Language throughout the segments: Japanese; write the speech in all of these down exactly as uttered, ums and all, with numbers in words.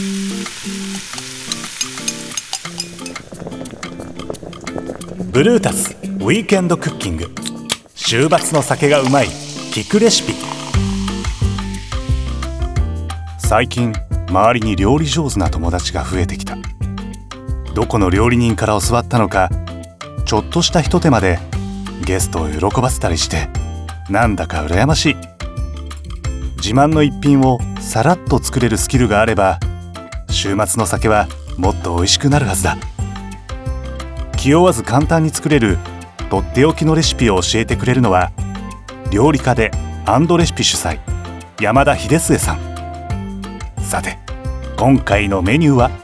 ブルータスウィークエンドクッキング、週末の酒がうまい聞くレシピ。最近周りに料理上手な友達が増えてきた。どこの料理人から教わったのか、ちょっとしたひと手間でゲストを喜ばせたりして、なんだか羨ましい。自慢の一品をさらっと作れるスキルがあれば、週末の酒はもっと美味しくなるはずだ。気負わず簡単に作れるとっておきのレシピを教えてくれるのは、料理家でアンドレシピ主催、山田秀末さん。さて今回のメニューは。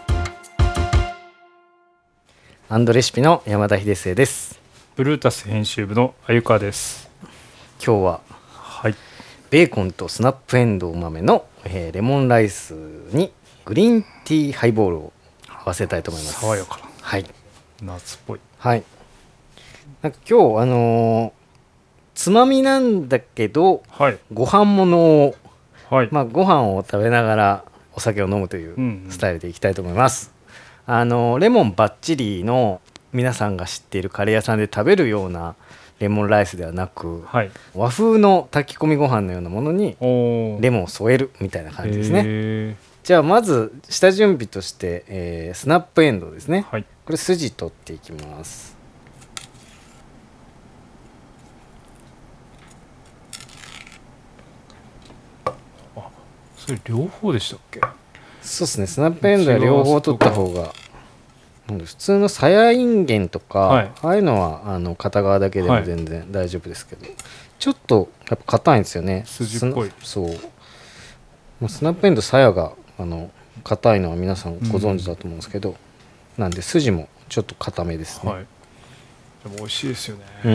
アンドレシピの山田秀末です。 ブルータス編集部の鮎川です。 今日は、 はい、 ベーコンとスナップエンドウ豆の、えー、レモンライスにグリーンティーハイボールを合わせたいと思います。 爽やかな、 はい、 夏っぽい。 はい。なんか今日あのー、つまみなんだけど、はい、ご飯ものを、はい、まあ、ご飯を食べながらお酒を飲むというスタイルでいきたいと思います。うんうん、あのー、レモンバッチリの皆さんが知っているカレー屋さんで食べるようなレモンライスではなく、はい、和風の炊き込みご飯のようなものにレモンを添えるみたいな感じですね。じゃあまず下準備として、えー、スナップエンドウですね。はい、これ筋取っていきます。 あ、それ両方でしたっけ？ そうですね。スナップエンドウは両方取った方が、普通のさやいんげんとか、はい、ああいうのはあの片側だけでも全然大丈夫ですけど、はい、ちょっとやっぱ硬いんですよね。 筋っぽい。 そう。スナップエンドウさやがあの硬いのは皆さんご存知だと思うんですけど、うん、なんで筋もちょっと硬めですね。はい、 でも美味しいですよね。 うん。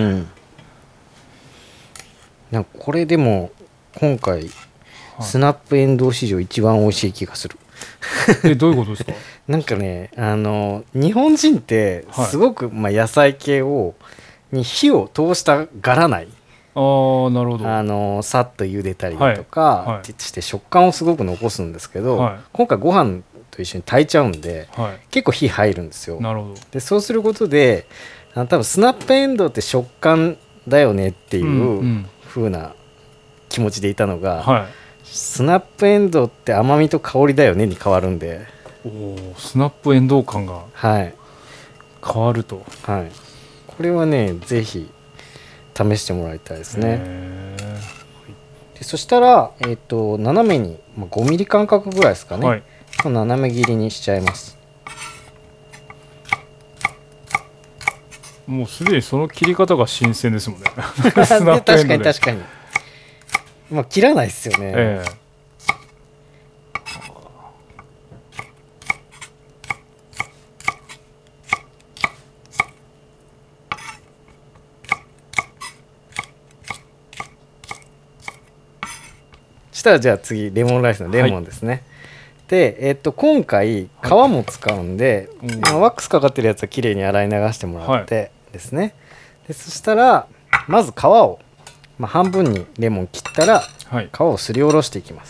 なんかこれでも今回、はい、スナップエンドウ史上一番美味しい気がする。 え、どういうことですか？ なんかね、あの日本人ってすごく、はい、まあ、野菜系をに火を通したがらない。 あー、なるほど。 あのさっと茹でたりとか、はい、して食感をすごく残すんですけど、はい、今回ご飯と一緒に炊いちゃうんで、はい、結構火入るんですよ。 なるほど。 でそうすることで、あの多分スナップエンドウって食感だよねっていう風な気持ちでいたのが、うんうん、はい、スナップエンドウって甘みと香りだよねに変わるんで、 おー、スナップエンドウ感が変わると、 はいはい、これはねぜひ試してもらいたいですね。でそしたら、えー、と斜めに、まあ、ごミリ間隔ぐらいですかね、はい、斜め切りにしちゃいます。 もうすでにその切り方が新鮮ですもんね。 スナップエンドウで確かに確かに、まあ、切らないですよね。えーそしたらじゃあ次レモンライスのレモンですね。はい、で、えー、と今回皮も使うんで、はい、まあ、ワックスかかってるやつはきれいに洗い流してもらってですね。はい、でそしたらまず皮を、まあ、半分にレモン切ったら、はい、皮をすりおろしていきます。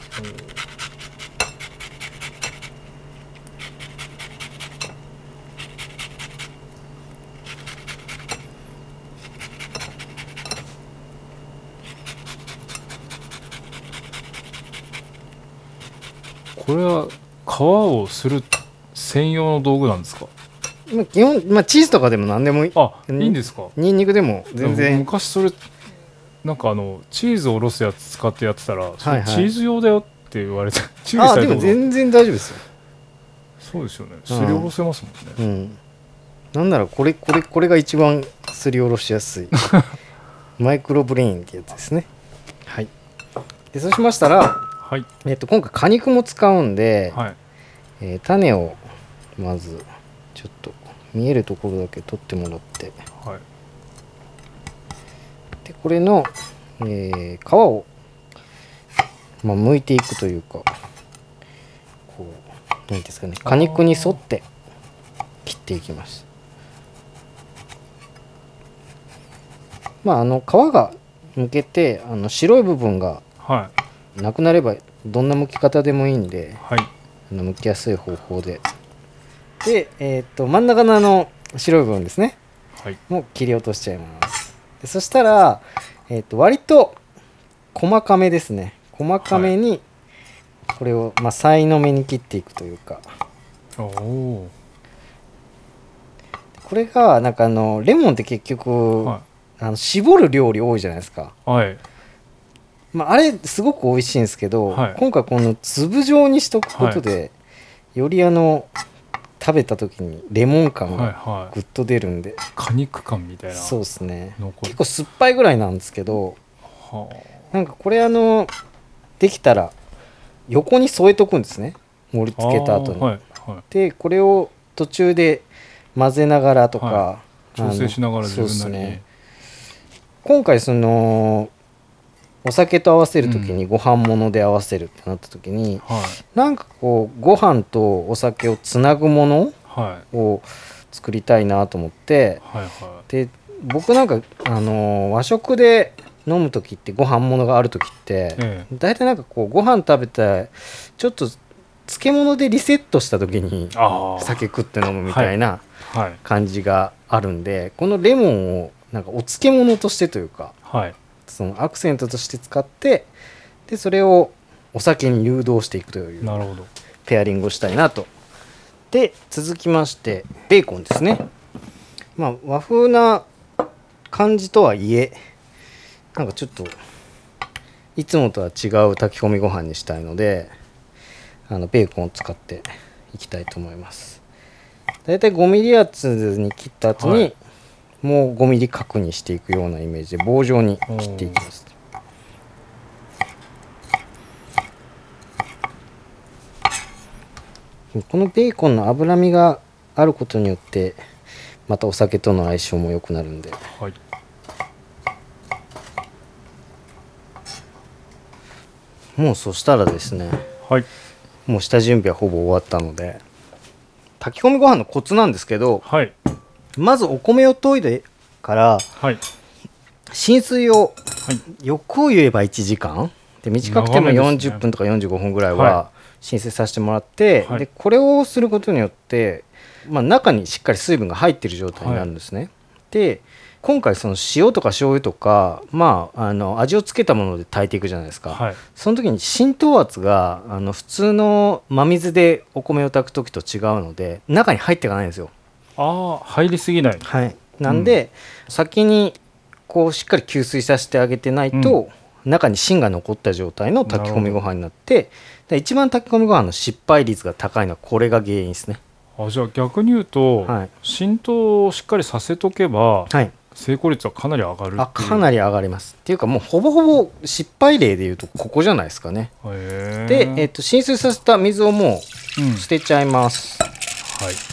これは皮をする専用の道具なんですか？ まあ、基本、まあ、チーズとかでも何でもいい。 あ、いいんですか？ ニンニクでも全然。 昔それなんかあのチーズをおろすやつ使ってやってたら、はいはい、それチーズ用だよって言われて注意されたことが。あ、でも全然大丈夫ですよ。 そうですよね。すりおろせますもんね。うん、 なんならこれこれこれが一番すりおろしやすいマイクロブレインってやつですね。はい。でそうしましたら、はい、えー、と今回果肉も使うんで、はい、えー、種をまずちょっと見えるところだけ取ってもらって、はい、でこれの、えー、皮を、まあ、剥いていくというか、こう何ですかね、果肉に沿って切っていきます。まああの皮が剥けてあの白い部分がなくなればどんな剥き方でもいいんで、はい、 剥きやすい方法でで、えー、と真ん中のあの白い部分ですね、はい、もう切り落としちゃいます。でそしたら、えー、と割と細かめですね、細かめにこれを、まあ、さいの目に切っていくというか、おー、これがなんかあのレモンって結局、はい、あの絞る料理多いじゃないですか、はい、まあ、あれすごく美味しいんですけど、はい、今回この粒状にしとくことで、はい、よりあの食べた時にレモン感がぐっと出るんで、はいはい、 果肉感みたいな、 そうですね、結構酸っぱいぐらいなんですけど、はあ、なんかこれあのできたら横に添えとくんですね、盛り付けた後に、はいはい、でこれを途中で混ぜながらとか、はい、 調整しながら自分なりに、そうですね、 今回そのお酒と合わせる時にご飯物で合わせるってなった時に、うん、はい、なんかこうご飯とお酒をつなぐものを作りたいなと思って、はいはい、で僕なんか、あのー、和食で飲む時ってご飯物がある時って、ええ、大体なんかこうご飯食べたちょっと漬物でリセットした時に酒食って飲むみたいな感じがあるんで、はいはい、このレモンをなんかお漬物としてというか、はい、そのアクセントとして使って、でそれをお酒に誘導していくというペアリングをしたいなと。で続きましてベーコンですね、まあ、和風な感じとはいえなんかちょっといつもとは違う炊き込みご飯にしたいので、あのベーコンを使っていきたいと思います。だいたいごミリ厚に切った後に、はい、もうごミリ角にしていくようなイメージで棒状に切っていきます。このベーコンの脂身があることによってまたお酒との相性も良くなるんで、はい、もうそしたらですね、はい、もう下準備はほぼ終わったので、炊き込みご飯のコツなんですけど、はい、まずお米を研いでから、はい、浸水を、はい、欲を言えばいちじかんで、短くてもよんじゅっぷんとかよんじゅうごふんぐらいは浸水させてもらって、はい、でこれをすることによって、まあ、中にしっかり水分が入っている状態になるんですね、はい、で今回その塩とか醤油とか、まあ、あの味をつけたもので炊いていくじゃないですか、はい、その時に浸透圧があの普通の真水でお米を炊く時と違うので中に入っていかないんですよ。 ああ、入りすぎない、 はい、なんで、うん、先にこうしっかり吸水させてあげてないと、うん、中に芯が残った状態の炊き込みご飯になって、で一番炊き込みご飯の失敗率が高いのはこれが原因ですね。 あ、じゃあ逆に言うと、はい、浸透をしっかりさせとけば、はい、成功率はかなり上がるっていう。あ、 かなり上がりますっていうか、もうほぼほぼ失敗例でいうとここじゃないですかね。へで、えー、と浸水させた水をもう捨てちゃいます、うん、はい。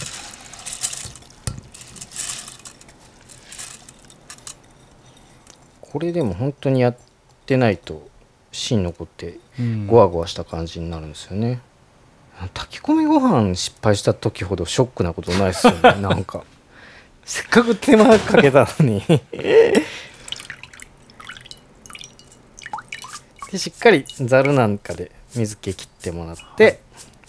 これでも本当にやってないと芯残ってゴワゴワした感じになるんですよね、うん、炊き込みご飯失敗した時ほどショックなことないですよねなんかせっかく手間かけたのにでしっかりざるなんかで水気切ってもらって、はい、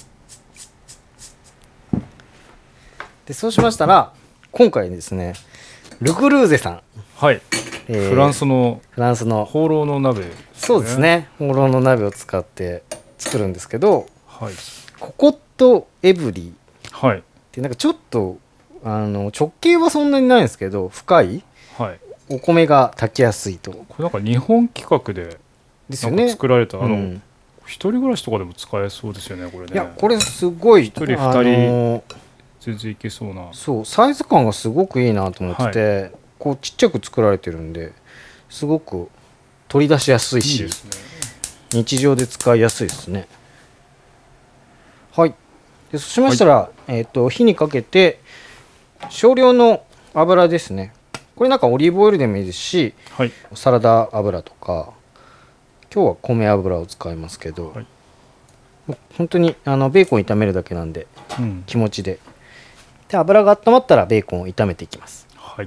でそうしましたら今回ですねルクルーゼさん、はい、えー、 フランスのフランスのホーローの鍋ですね。 そうですね、ホーローの鍋を使って作るんですけど、はい、ココットエブリー、はい、ってなんかちょっとあの直径はそんなにないんですけど深い、はい、お米が炊きやすいと。 これなんか日本企画でなんか作られた、ね、あの、うん、一人暮らしとかでも使えそうですよねこれね。 いやこれすごい一人二人、あのー、全然いけそうな。 そうサイズ感がすごくいいなと思ってて、はい、こうちっちゃく作られてるんですごく取り出しやすいし、いいですね、日常で使いやすいですね。はい。でそうしましたら、はい、えーと、火にかけて少量の油ですね。これなんかオリーブオイルでもいいですし、はい、サラダ油とか今日は米油を使いますけど、はい、もう本当にあのベーコン炒めるだけなんで、うん、気持ちで。で油が温まったらベーコンを炒めていきます。はい。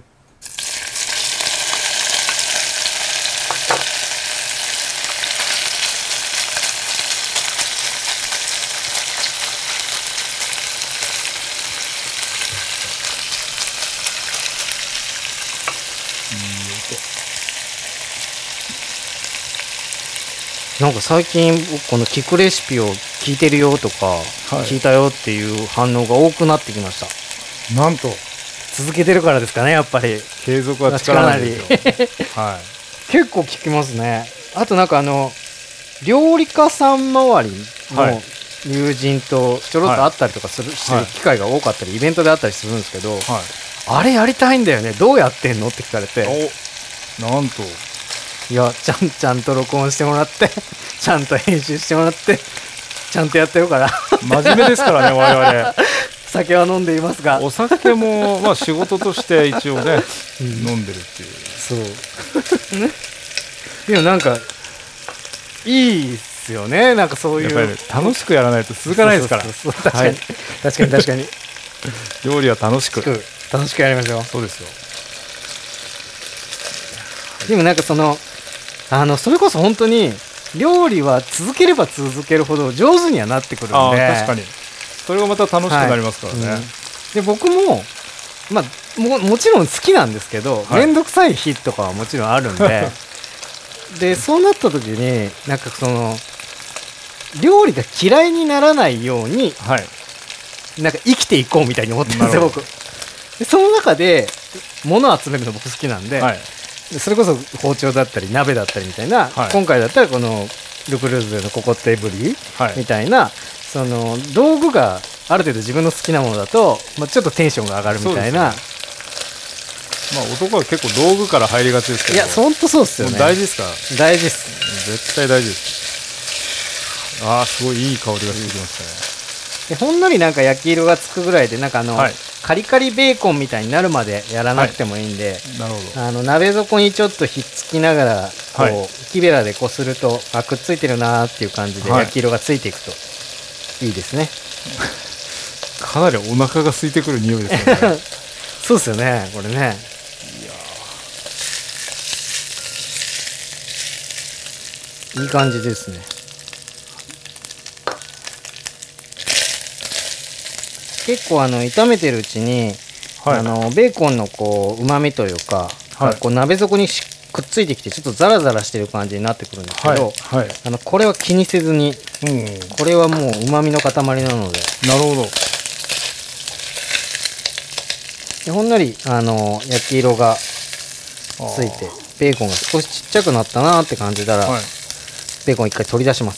なんか最近僕この聞くレシピを聞いてるよとか、はい、聞いたよっていう反応が多くなってきました。 なんと続けてるからですかね、やっぱり継続は力なりですよ、はい、 結構聞きますね。あとなんかあの料理家さん周りの友人とちょろっと会ったりとかする、はい、してる機会が多かったりイベントであったりするんですけど、はい、あれやりたいんだよね、どうやってんのって聞かれて、 おなんといやちゃんちゃんと録音してもらってちゃんと編集してもらってちゃんとやってるから真面目ですからね我々 酒は飲んでいますがお酒もまあ仕事として一応ね、うん、飲んでるっていうそうねでもなんかいいっすよね、なんかそういうやっぱり、ね、楽しくやらないと続かないですから。 そうそうそう確かに、はい、確かに確かに料理は楽しく楽しくやりましょう。 そうですよ。 でもなんかそのあのそれこそ本当に料理は続ければ続けるほど上手にはなってくるんで、あ確かにそれがまた楽しくなりますからね、はいうん、 で僕もまあ も, もちろん好きなんですけど面倒、はい、くさい日とかはもちろんあるんででそうなった時になんかその料理が嫌いにならないように、はい、なんか生きていこうみたいに思ってるんですよ僕で。その中で物を集めるの僕好きなんで、はい、それこそ包丁だったり鍋だったりみたいな、はい、今回だったらこのルクルーズのココットエブリーみたいな、はい、その道具がある程度自分の好きなものだと、まあ、ちょっとテンションが上がるみたいな、 まあ、男は結構道具から入りがちですけど、 いや本当そうですよね。 大事ですか。 大事です、 絶対大事です。ああすごいいい香りがしてきましたね。 でほんのりなんか焼き色がつくぐらいでなんかあの、はい、カリカリベーコンみたいになるまでやらなくてもいいんで、はい、 なるほど。 あの鍋底にちょっとひっつきながらこう、はい、木べらでこするとあくっついてるなっていう感じで焼き色がついていくといいですね、 はい、かなりお腹が空いてくる匂いですよねそうですよねこれね。いやいい感じですね。結構あの炒めてるうちに、はい、あのベーコンのこう旨味というか、はい、こう鍋底にくっついてきてちょっとザラザラしてる感じになってくるんですけど、はいはい、あのこれは気にせずに、うん、これはもう旨味の塊なので。なるほど。 でほんのりあの焼き色がついてベーコンが少しちっちゃくなったなって感じたら、はい、ベーコン一回取り出します。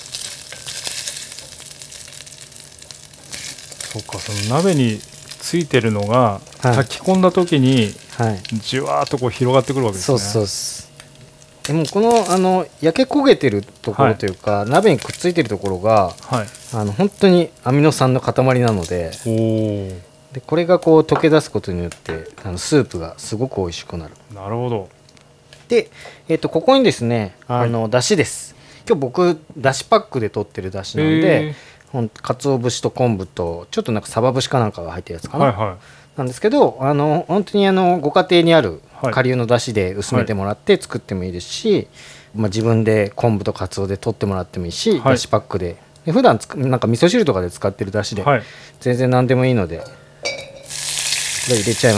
そうか、その鍋についてるのが、はい、炊き込んだ時に、はい、じわーっとこう広がってくるわけですね。 そうそうです。でもこの、あの焼け焦げてるところというか、はい、鍋にくっついてるところが、はい、あの本当にアミノ酸の塊なので、おーでこれがこう溶け出すことによってあのスープがすごく美味しくなる。 なるほど。 で、えー、とここにですねあの、はい、だしです。今日僕だしパックで取ってるだしなんでかつお節と昆布とちょっとなんかサバ節かなんかが入ってるやつかな、はいはい、なんですけどあの本当にあのご家庭にある顆粒のだしで薄めてもらって作ってもいいですし、はいまあ、自分で昆布とかつおで取ってもらってもいいし、はい、だしパックでで普段つなんか味噌汁とかで使ってるだしで、はい、全然何でもいいのでこれ入れちゃいます。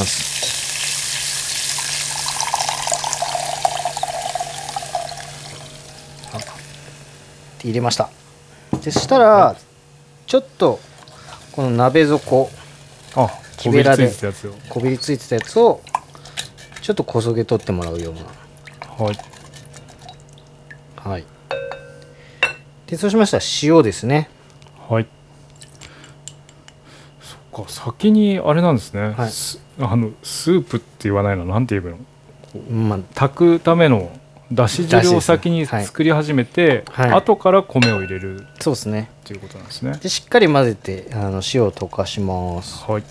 入れました。でしたら、はい、ちょっとこの鍋底あ木べらでこびりついてたやつをちょっとこそげ取ってもらうような。はいはい。でそうしましたら塩ですね。 はい。そっか先にあれなんですね、はい、スあのスープって言わないのなんて言えばいいの、まあ、炊くためのだし汁を先に作り始めて、はいはい、後から米を入れるそうですねっていうことなんですね。 でしっかり混ぜてあの塩を溶かします。はい。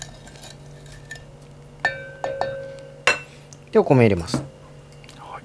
でお米入れます。はい。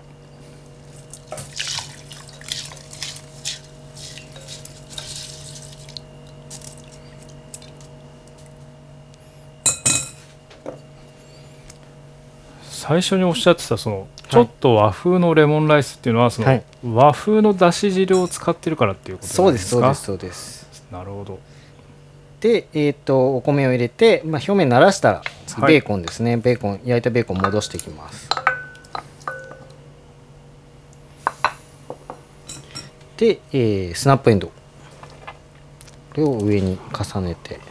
最初におっしゃってたそのちょっと和風のレモンライスっていうのはその和風のだし汁を使ってるからっていうことなんですか？ そうですそうですそうです。 なるほど。 で、えー、とお米を入れて、まあ、表面慣らしたらベーコンですね、はい、ベーコン焼いたベーコン戻していきます。 で、えー、スナップエンドウ、これを上に重ねて。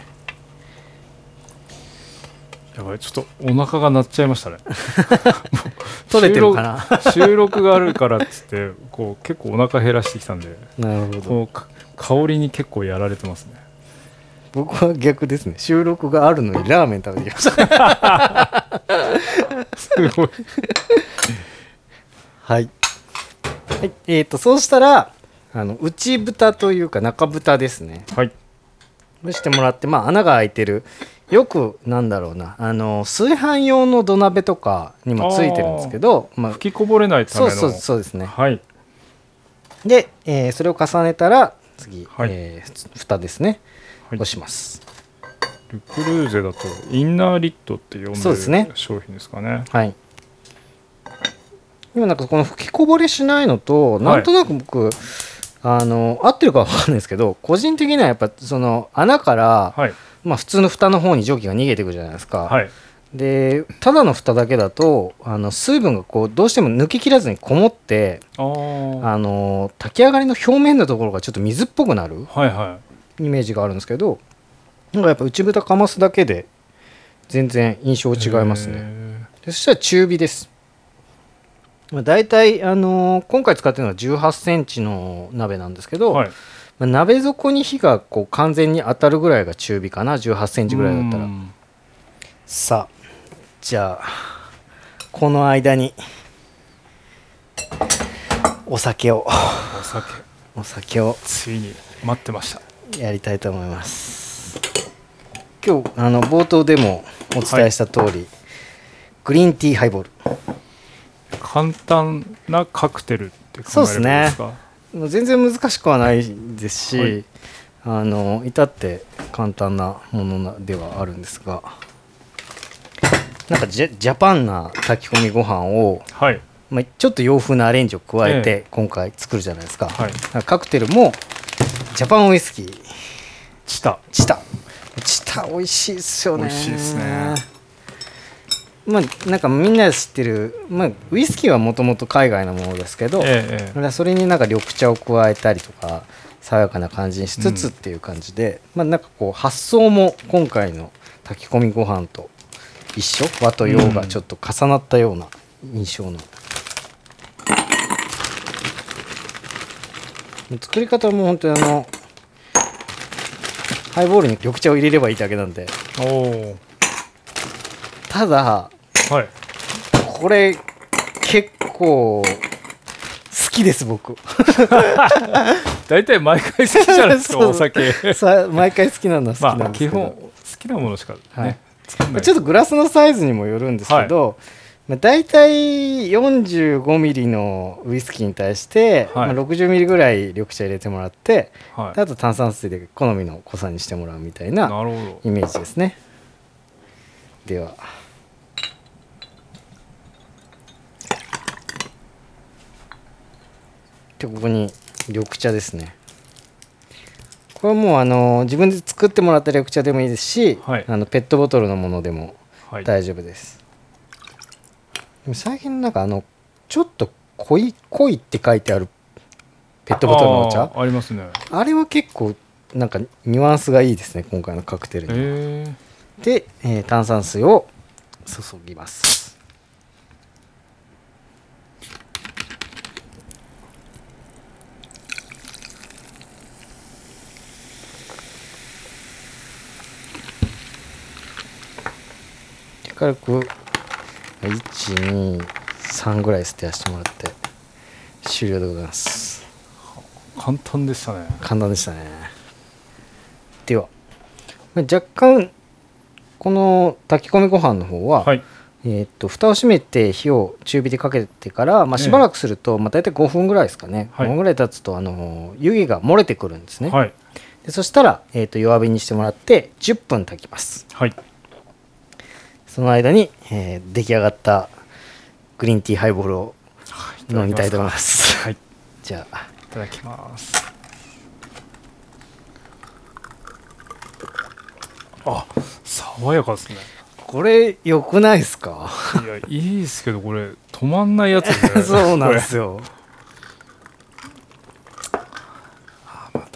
やばい、ちょっとお腹が鳴っちゃいましたね取れてるかな収録があるからっつってこう結構お腹減らしてきたんで、 なるほど、 香りに結構やられてますね。 僕は逆ですね。収録があるのにラーメン食べてきましたすごいはい、はい、えーとそうしたらあの内蓋というか中蓋ですね。 はい、 蒸してもらって、まあ、穴が開いてる、よくなんだろうな、あの炊飯用の土鍋とかにもついてるんですけど、 まあ、吹きこぼれないための、 そうそうそうですね。 はい、 で、えー、それを重ねたら次、 はい、 えー、蓋ですね、はい、押します。 ルクルーゼだとインナーリットって呼んでる商品ですかね。 はい、今なんかこの吹きこぼれしないのと、なんとなく僕、はい、あの合ってるかわかんないですけど、個人的にはやっぱその穴から、はい、まあ、普通の蓋の方に蒸気が逃げていくじゃないですか。はい、でただの蓋だけだとあの水分がこうどうしても抜ききらずにこもって、あの炊き上がりの表面のところがちょっと水っぽくなる、はいはい、イメージがあるんですけど、なんかやっぱ内蓋かますだけで全然印象違いますね。でそしたら中火です。だいたい、あのー、今回使ってるのはじゅうはちセンチの鍋なんですけど、はい、まあ、鍋底に火がこう完全に当たるぐらいが中火かな、じゅうはちセンチぐらいだったら。さあじゃあこの間にお酒をお酒お酒をついに待ってましたやりたいと思います。今日あの冒頭でもお伝えした通り、はい、グリーンティーハイボール、 簡単なカクテルって考えればいいですか？そうですね、全然難しくはないですし、はい、あの至って簡単なものではあるんですが、なんかジ ャ, ジャパンな炊き込みご飯を、はい、まあ、ちょっと洋風なアレンジを加えて今回作るじゃないですか。はい、カクテルもジャパンウイスキーチタチタチタ美味しいですよね。 美味しいですね。 まあ、なんかみんなで知ってる、まあ、ウイスキーはもともと海外のものですけど、ええ、それになんか緑茶を加えたりとか爽やかな感じにしつつっていう感じで、うん、まあ、なんかこう発想も今回の炊き込みご飯と一緒、和と洋がちょっと重なったような印象の、うん、作り方も本当にあのハイボールに緑茶を入れればいいだけなんで。おただ、はい、これ結構好きです僕だいたい毎回好きじゃないですかお酒さ毎回好きなのは好きなんですけど、 まあ、基本好きなものしかね、はい、 ちょっとグラスのサイズにもよるんですけど、はい、まあ、だいたいよんじゅうごミリのウイスキーに対して、はい、まあ、ろくじゅうミリぐらい緑茶入れてもらって、はい、あと炭酸水で好みの濃さにしてもらうみたいなイメージですね。ではでここに緑茶ですね。これはもうあの自分で作ってもらった緑茶でもいいですし、はい、あのペットボトルのものでも大丈夫です。はい、でも最近なんかあのちょっと濃い濃いって書いてあるペットボトルのお茶あ, ありますね。 あれは結構なんかニュアンスがいいですね今回のカクテルに。へで、えー、炭酸水を注ぎます。軽くいちにさんぐらい捨てやしてもらって終了でございます。 簡単でしたね。 簡単でしたね。では若干この炊き込みご飯の方は、はい、えー、っと蓋を閉めて火を中火でかけてから、まあ、しばらくすると、えーまあ、大体ごふんぐらいですかね、はい、ごふんぐらい経つとあの湯気が漏れてくるんですね。はい、でそしたら、えー、っと弱火にしてもらってじゅっぷん炊きます。はい、その間に、えー、出来上がったグリーンティーハイボールを飲みたいと思います。はい、じゃあいただきます。あ、爽やかですね。 これ良くないですか？ いや、いいですけどこれ止まんないやつですね。 そうなんですよ。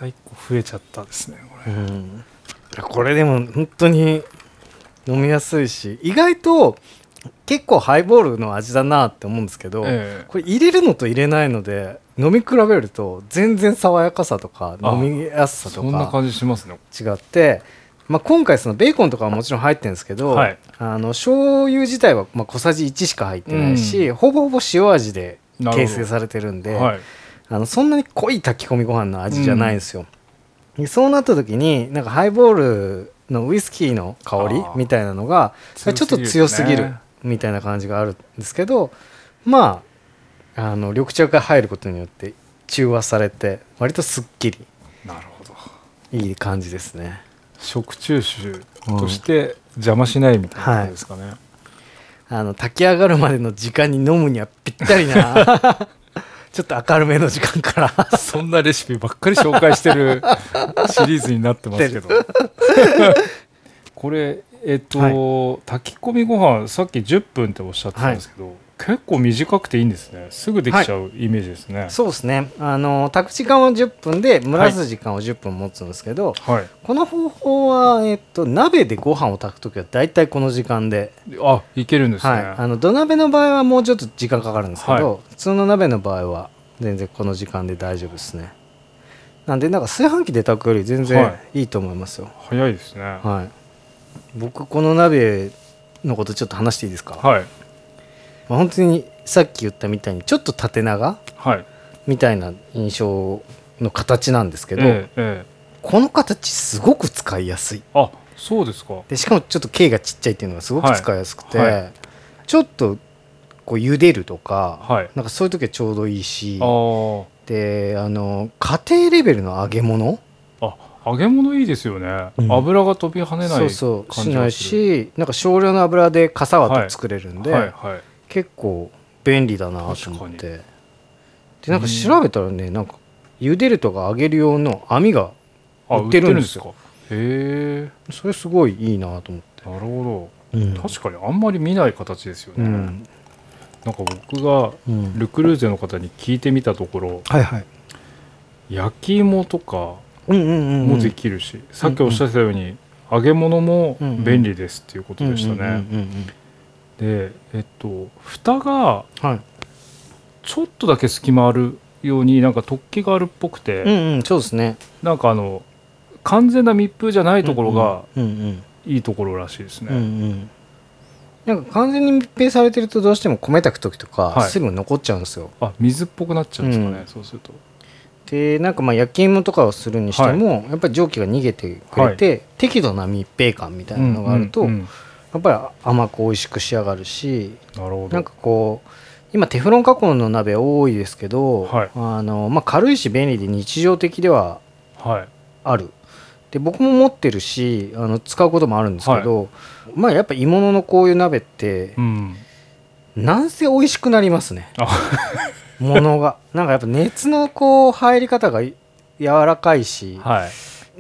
たいっこ増えちゃったですねこれ、うん、 これでも本当に飲みやすいし、意外と結構ハイボールの味だなって思うんですけど、えー、これ入れるのと入れないので飲み比べると全然爽やかさとか飲みやすさとかそんな感じしますね。 違って、まあ、今回そのベーコンとかはもちろん入ってるんですけど、はい、あの醤油自体はまあ小さじいちしか入ってないし、うん、ほぼほぼ塩味で形成されてるんで、はい、あのそんなに濃い炊き込みご飯の味じゃないんですよ、うん、そうなった時になんかハイボールのウイスキーの香りみたいなのがちょっと強すぎるみたいな感じがあるんですけど、まああの緑茶が入ることによって中和されて割とすっきり、 なるほど、 いい感じですね。 食中酒として邪魔しないみたいな感じですかね、うん、はい、 あの炊き上がるまでの時間に飲むにはぴったりなちょっと明るめの時間からそんなレシピばっかり紹介してるシリーズになってますけどこれえっと、はい、炊き込みご飯さっきじゅっぷんっておっしゃってたんですけど、はい、結構短くていいんですね。すぐできちゃうイメージですね、はい、 そうですね。あの炊く時間はじゅっぷんで蒸らす時間はじゅっぷん持つんですけど、はい、この方法は、えっと、鍋でご飯を炊くときはだいたいこの時間であいけるんですね、はい、 あの土鍋の場合はもうちょっと時間かかるんですけど、はい、普通の鍋の場合は全然この時間で大丈夫ですね。なんでなんか炊飯器で炊くより全然いいと思いますよ、はい、 早いですね、 はい、僕この鍋のことちょっと話していいですか。はい、まあ、本当にさっき言ったみたいにちょっと縦長、はい、みたいな印象の形なんですけど、えーえー、この形すごく使いやすい。 あ、そうですか。 でしかもちょっと径がちっちゃいっていうのがすごく使いやすくて、はいはい、ちょっとこう茹でるとか、はい、なんかそういう時はちょうどいいし、あであの家庭レベルの揚げ物、 あ揚げ物いいですよね、うん、油が飛び跳ねない感じがする。 そうそうしないし、なんか少量の油でかさは作れるんで、はいはいはい、結構便利だなと思って。でなんか調べたらね、なんか茹でるとか揚げる用の網が売ってるんですよ。へえ。それすごいいいなと思って。 なるほど、うん、確かにあんまり見ない形ですよね、うん、なんか僕がルクルーゼの方に聞いてみたところ、うんはいはい、焼き芋とかもできるし、うんうんうんうん、さっきおっしゃってたように、うんうん、揚げ物も便利ですっていうことでしたね。で、えっと蓋がちょっとだけ隙間あるようになんか突起があるっぽくて、 うんうん、そうですね。 なんかあの完全な密封じゃないところがいいところらしいですね、うんうん、 なんか完全に密閉されてるとどうしても米炊く時とか水分残っちゃうんですよ、 はい、あ水っぽくなっちゃうんですかね、うん、そうすると。 でなんかまあ焼き芋とかをするにしても、はい、やっぱり蒸気が逃げてくれて、はい、適度な密閉感みたいなのがあると、うんうんうん、やっぱり甘く美味しく仕上がるし、なるほど。なんかこう今テフロン加工の鍋多いですけど、はい、あのまあ、軽いし便利で日常的ではある、はい、で僕も持ってるしあの使うこともあるんですけど、はい、まあやっぱ鋳物のこういう鍋って、うん、なんせ美味しくなりますねものがなんかやっぱ熱のこう入り方が柔らかいし、はい、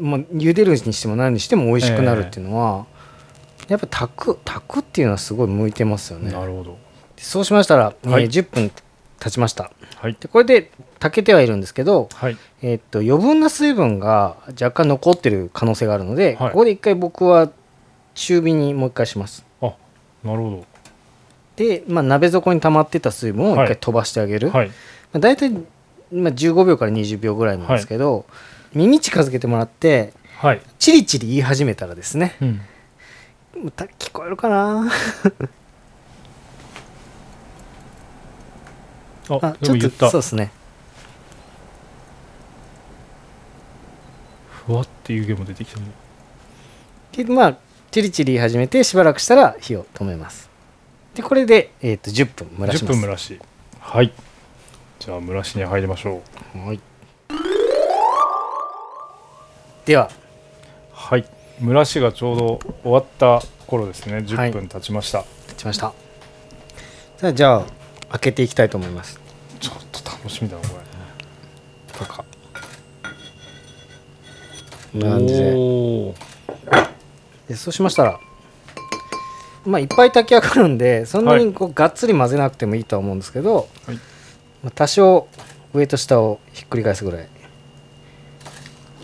もう茹でるにしても何にしても美味しくなるっていうのは、えー、やっぱ炊く炊くっていうのはすごい向いてますよね。なるほど。そうしましたら、はい、えー、じゅっぷん経ちました、はい、でこれで炊けてはいるんですけど、はい、えー、っと余分な水分が若干残ってる可能性があるので、はい、ここで一回僕は中火にもう一回します。 あ、なるほど。 で、まあ、鍋底に溜まってた水分を一回飛ばしてあげる、はい、まあ、だいたいじゅうごびょうからにじゅうびょうぐらいなんですけど、はい、耳近づけてもらって、はい、チリチリ言い始めたらですね、うん、聞こえるかなああちょっとそうですね。 ふわって湯気も出てきたね。 でまあチリチリ始めてしばらくしたら火を止めます。でこれで、えー、とじゅっぷん蒸らします。 じゅっぷん蒸らし。はい。じゃあ蒸らしに入りましょう。はい。 でははい蒸らしがちょうど終わった頃ですね。じゅっぷん経ちました。はい、 経ちました。さあじゃあ開けていきたいと思います。 ちょっと楽しみだなこれ。とか。 こんな感じで。でそうしましたら、まあいっぱい炊き上がるんでそんなにこう、はい、がっつり混ぜなくてもいいとは思うんですけど、はい、まあ、多少上と下をひっくり返すぐらい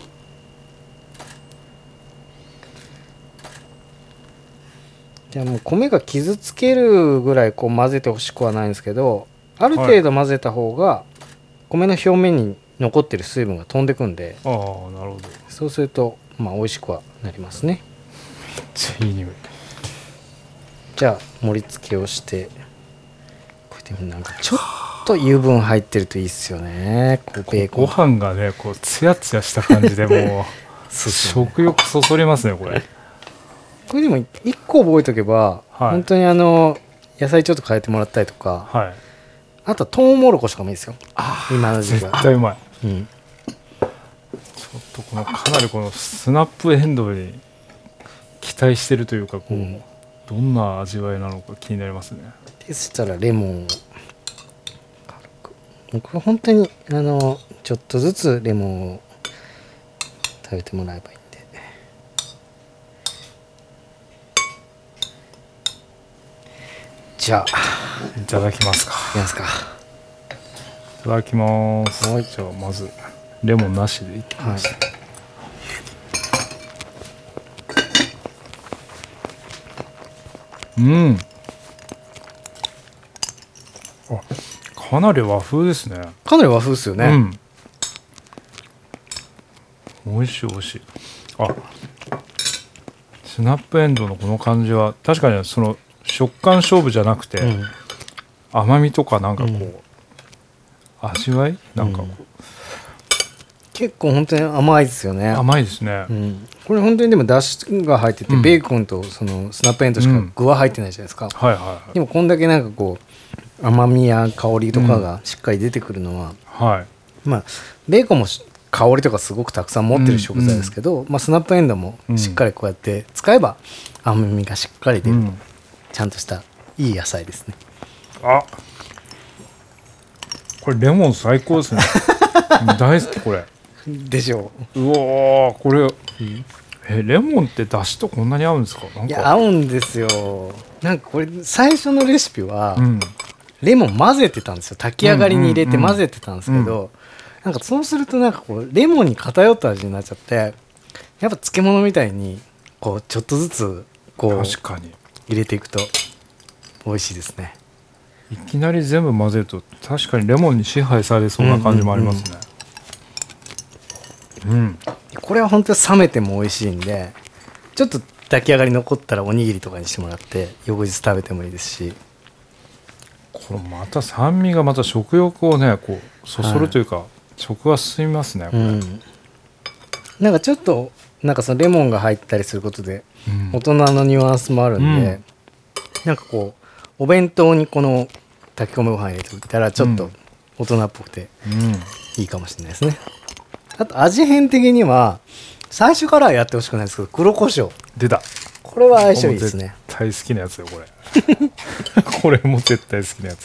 じゃあもう米が傷つけるぐらいこう混ぜてほしくはないんですけど、ある程度混ぜた方が米の表面に残ってる水分が飛んでくんで、 ああなるほど。 そうするとまあ美味しくはなりますね。 めっちゃいい匂い。 じゃあ盛り付けをして、こうやってなんかちょっと油分入ってるといいっすよね。こうベーコンご飯がねこうツヤツヤした感じでもう食欲そそりますねこれ。 これでもいっこ覚えとけば、はい、本当にあの野菜ちょっと変えてもらったりとか、はい、あとはトウモロコシとかもいいですよ。あ今の時期は絶対うまい、 うん、 ちょっとこのかなりこのスナップエンドウに期待してるというかこう、うん、どんな味わいなのか気になりますね。 でしたらレモンを軽く、僕は本当にあのちょっとずつレモンを食べてもらえばいいんで。じゃあいただきますか。 いきますか。 いただきます。はい、じゃあまずレモンなしでいきます、はい、うんあかなり和風ですね。 かなり和風ですよね、 うん、美味しい美味しい。あスナップエンドウのこの感じは確かにその食感勝負じゃなくて、うん、甘みとかなんかこう、うん、味わいなんかこう、うん、 結構本当に甘いですよね。 甘いですね、 うん、これ本当にでもだしが入ってて、うん、ベーコンとそのスナップエンドウしか具は入ってないじゃないですか、うんはいはいはい、でもこんだけなんかこう甘みや香りとかがしっかり出てくるのは、うんはい、まあベーコンも香りとかすごくたくさん持ってる食材ですけど、うんうんまあ、スナップエンドウもしっかりこうやって使えば甘みがしっかり出る、うん、ちゃんとしたいい野菜ですね。 あこれレモン最高ですね大好きこれでしょう。うわこれ、うん、えレモンってだしとこんなに合うんですか。なんかいや合うんですよ。なんかこれ最初のレシピは、うん、レモン混ぜてたんですよ。炊き上がりに入れて混ぜてたんですけど、うんうんうん、なんかそうするとなんかこうレモンに偏った味になっちゃって、やっぱ漬物みたいにこうちょっとずつこう確かに入れていくと美味しいですね。 いきなり全部混ぜると確かにレモンに支配されそうな感じもありますね。うん、うんうん、 これは本当に冷めても美味しいんで、ちょっと炊き上がり残ったらおにぎりとかにしてもらって翌日食べてもいいですし、 これまた酸味がまた食欲をねこうそそるというか、はい、食は進みますねこれ、うん、 なんかちょっとなんかそのレモンが入ったりすることで大人のニュアンスもあるんで、うん、なんかこうお弁当にこの炊き込みご飯入れておいたらちょっと大人っぽくていいかもしれないですね、うん、あと味変的には最初からはやってほしくないですけど黒胡椒出た。 これは相性いいですね。 絶対好きなやつよこれこれも絶対好きなやつ。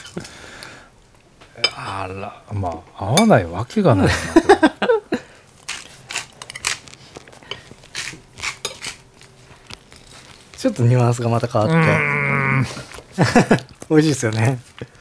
あらまあ合わないわけがないなちょっとニュアンスがまた変わって美味しいですよね。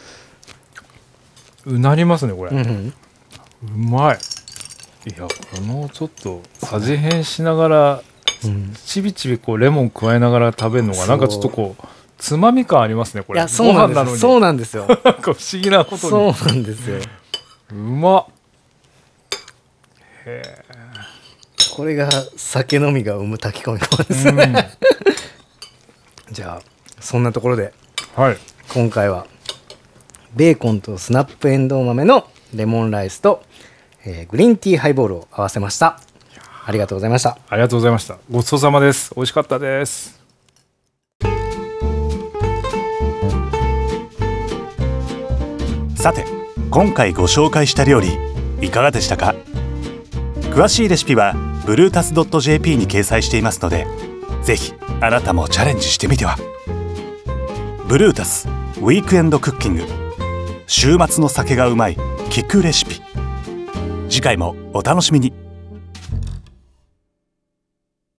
うなりますねこれ、うんうん、うまい。いやこのちょっと味変しながら、うん、ちびちびこうレモン加えながら食べるのがなんかちょっとこうつまみ感ありますねこれ。 いやそうなんです。そうなんですよ。 なんか不思議なことにそうなんですよ。 うまっ。へえ。 これが酒飲みが生む炊き込みご飯ですね、うん、じゃあそんなところで、はい、今回はベーコンとスナップエンドウ豆のレモンライスと、えー、グリーンティーハイボールを合わせました。ありがとうございました。 ありがとうございました。ごちそうさまです。美味しかったです。 さて今回ご紹介した料理いかがでしたか。詳しいレシピは ブルータス ドット ジェーピー に掲載していますので、ぜひあなたもチャレンジしてみては。ブルータスウィークエンドクッキング、週末の酒がうまい聞くレシピ。次回もお楽しみに。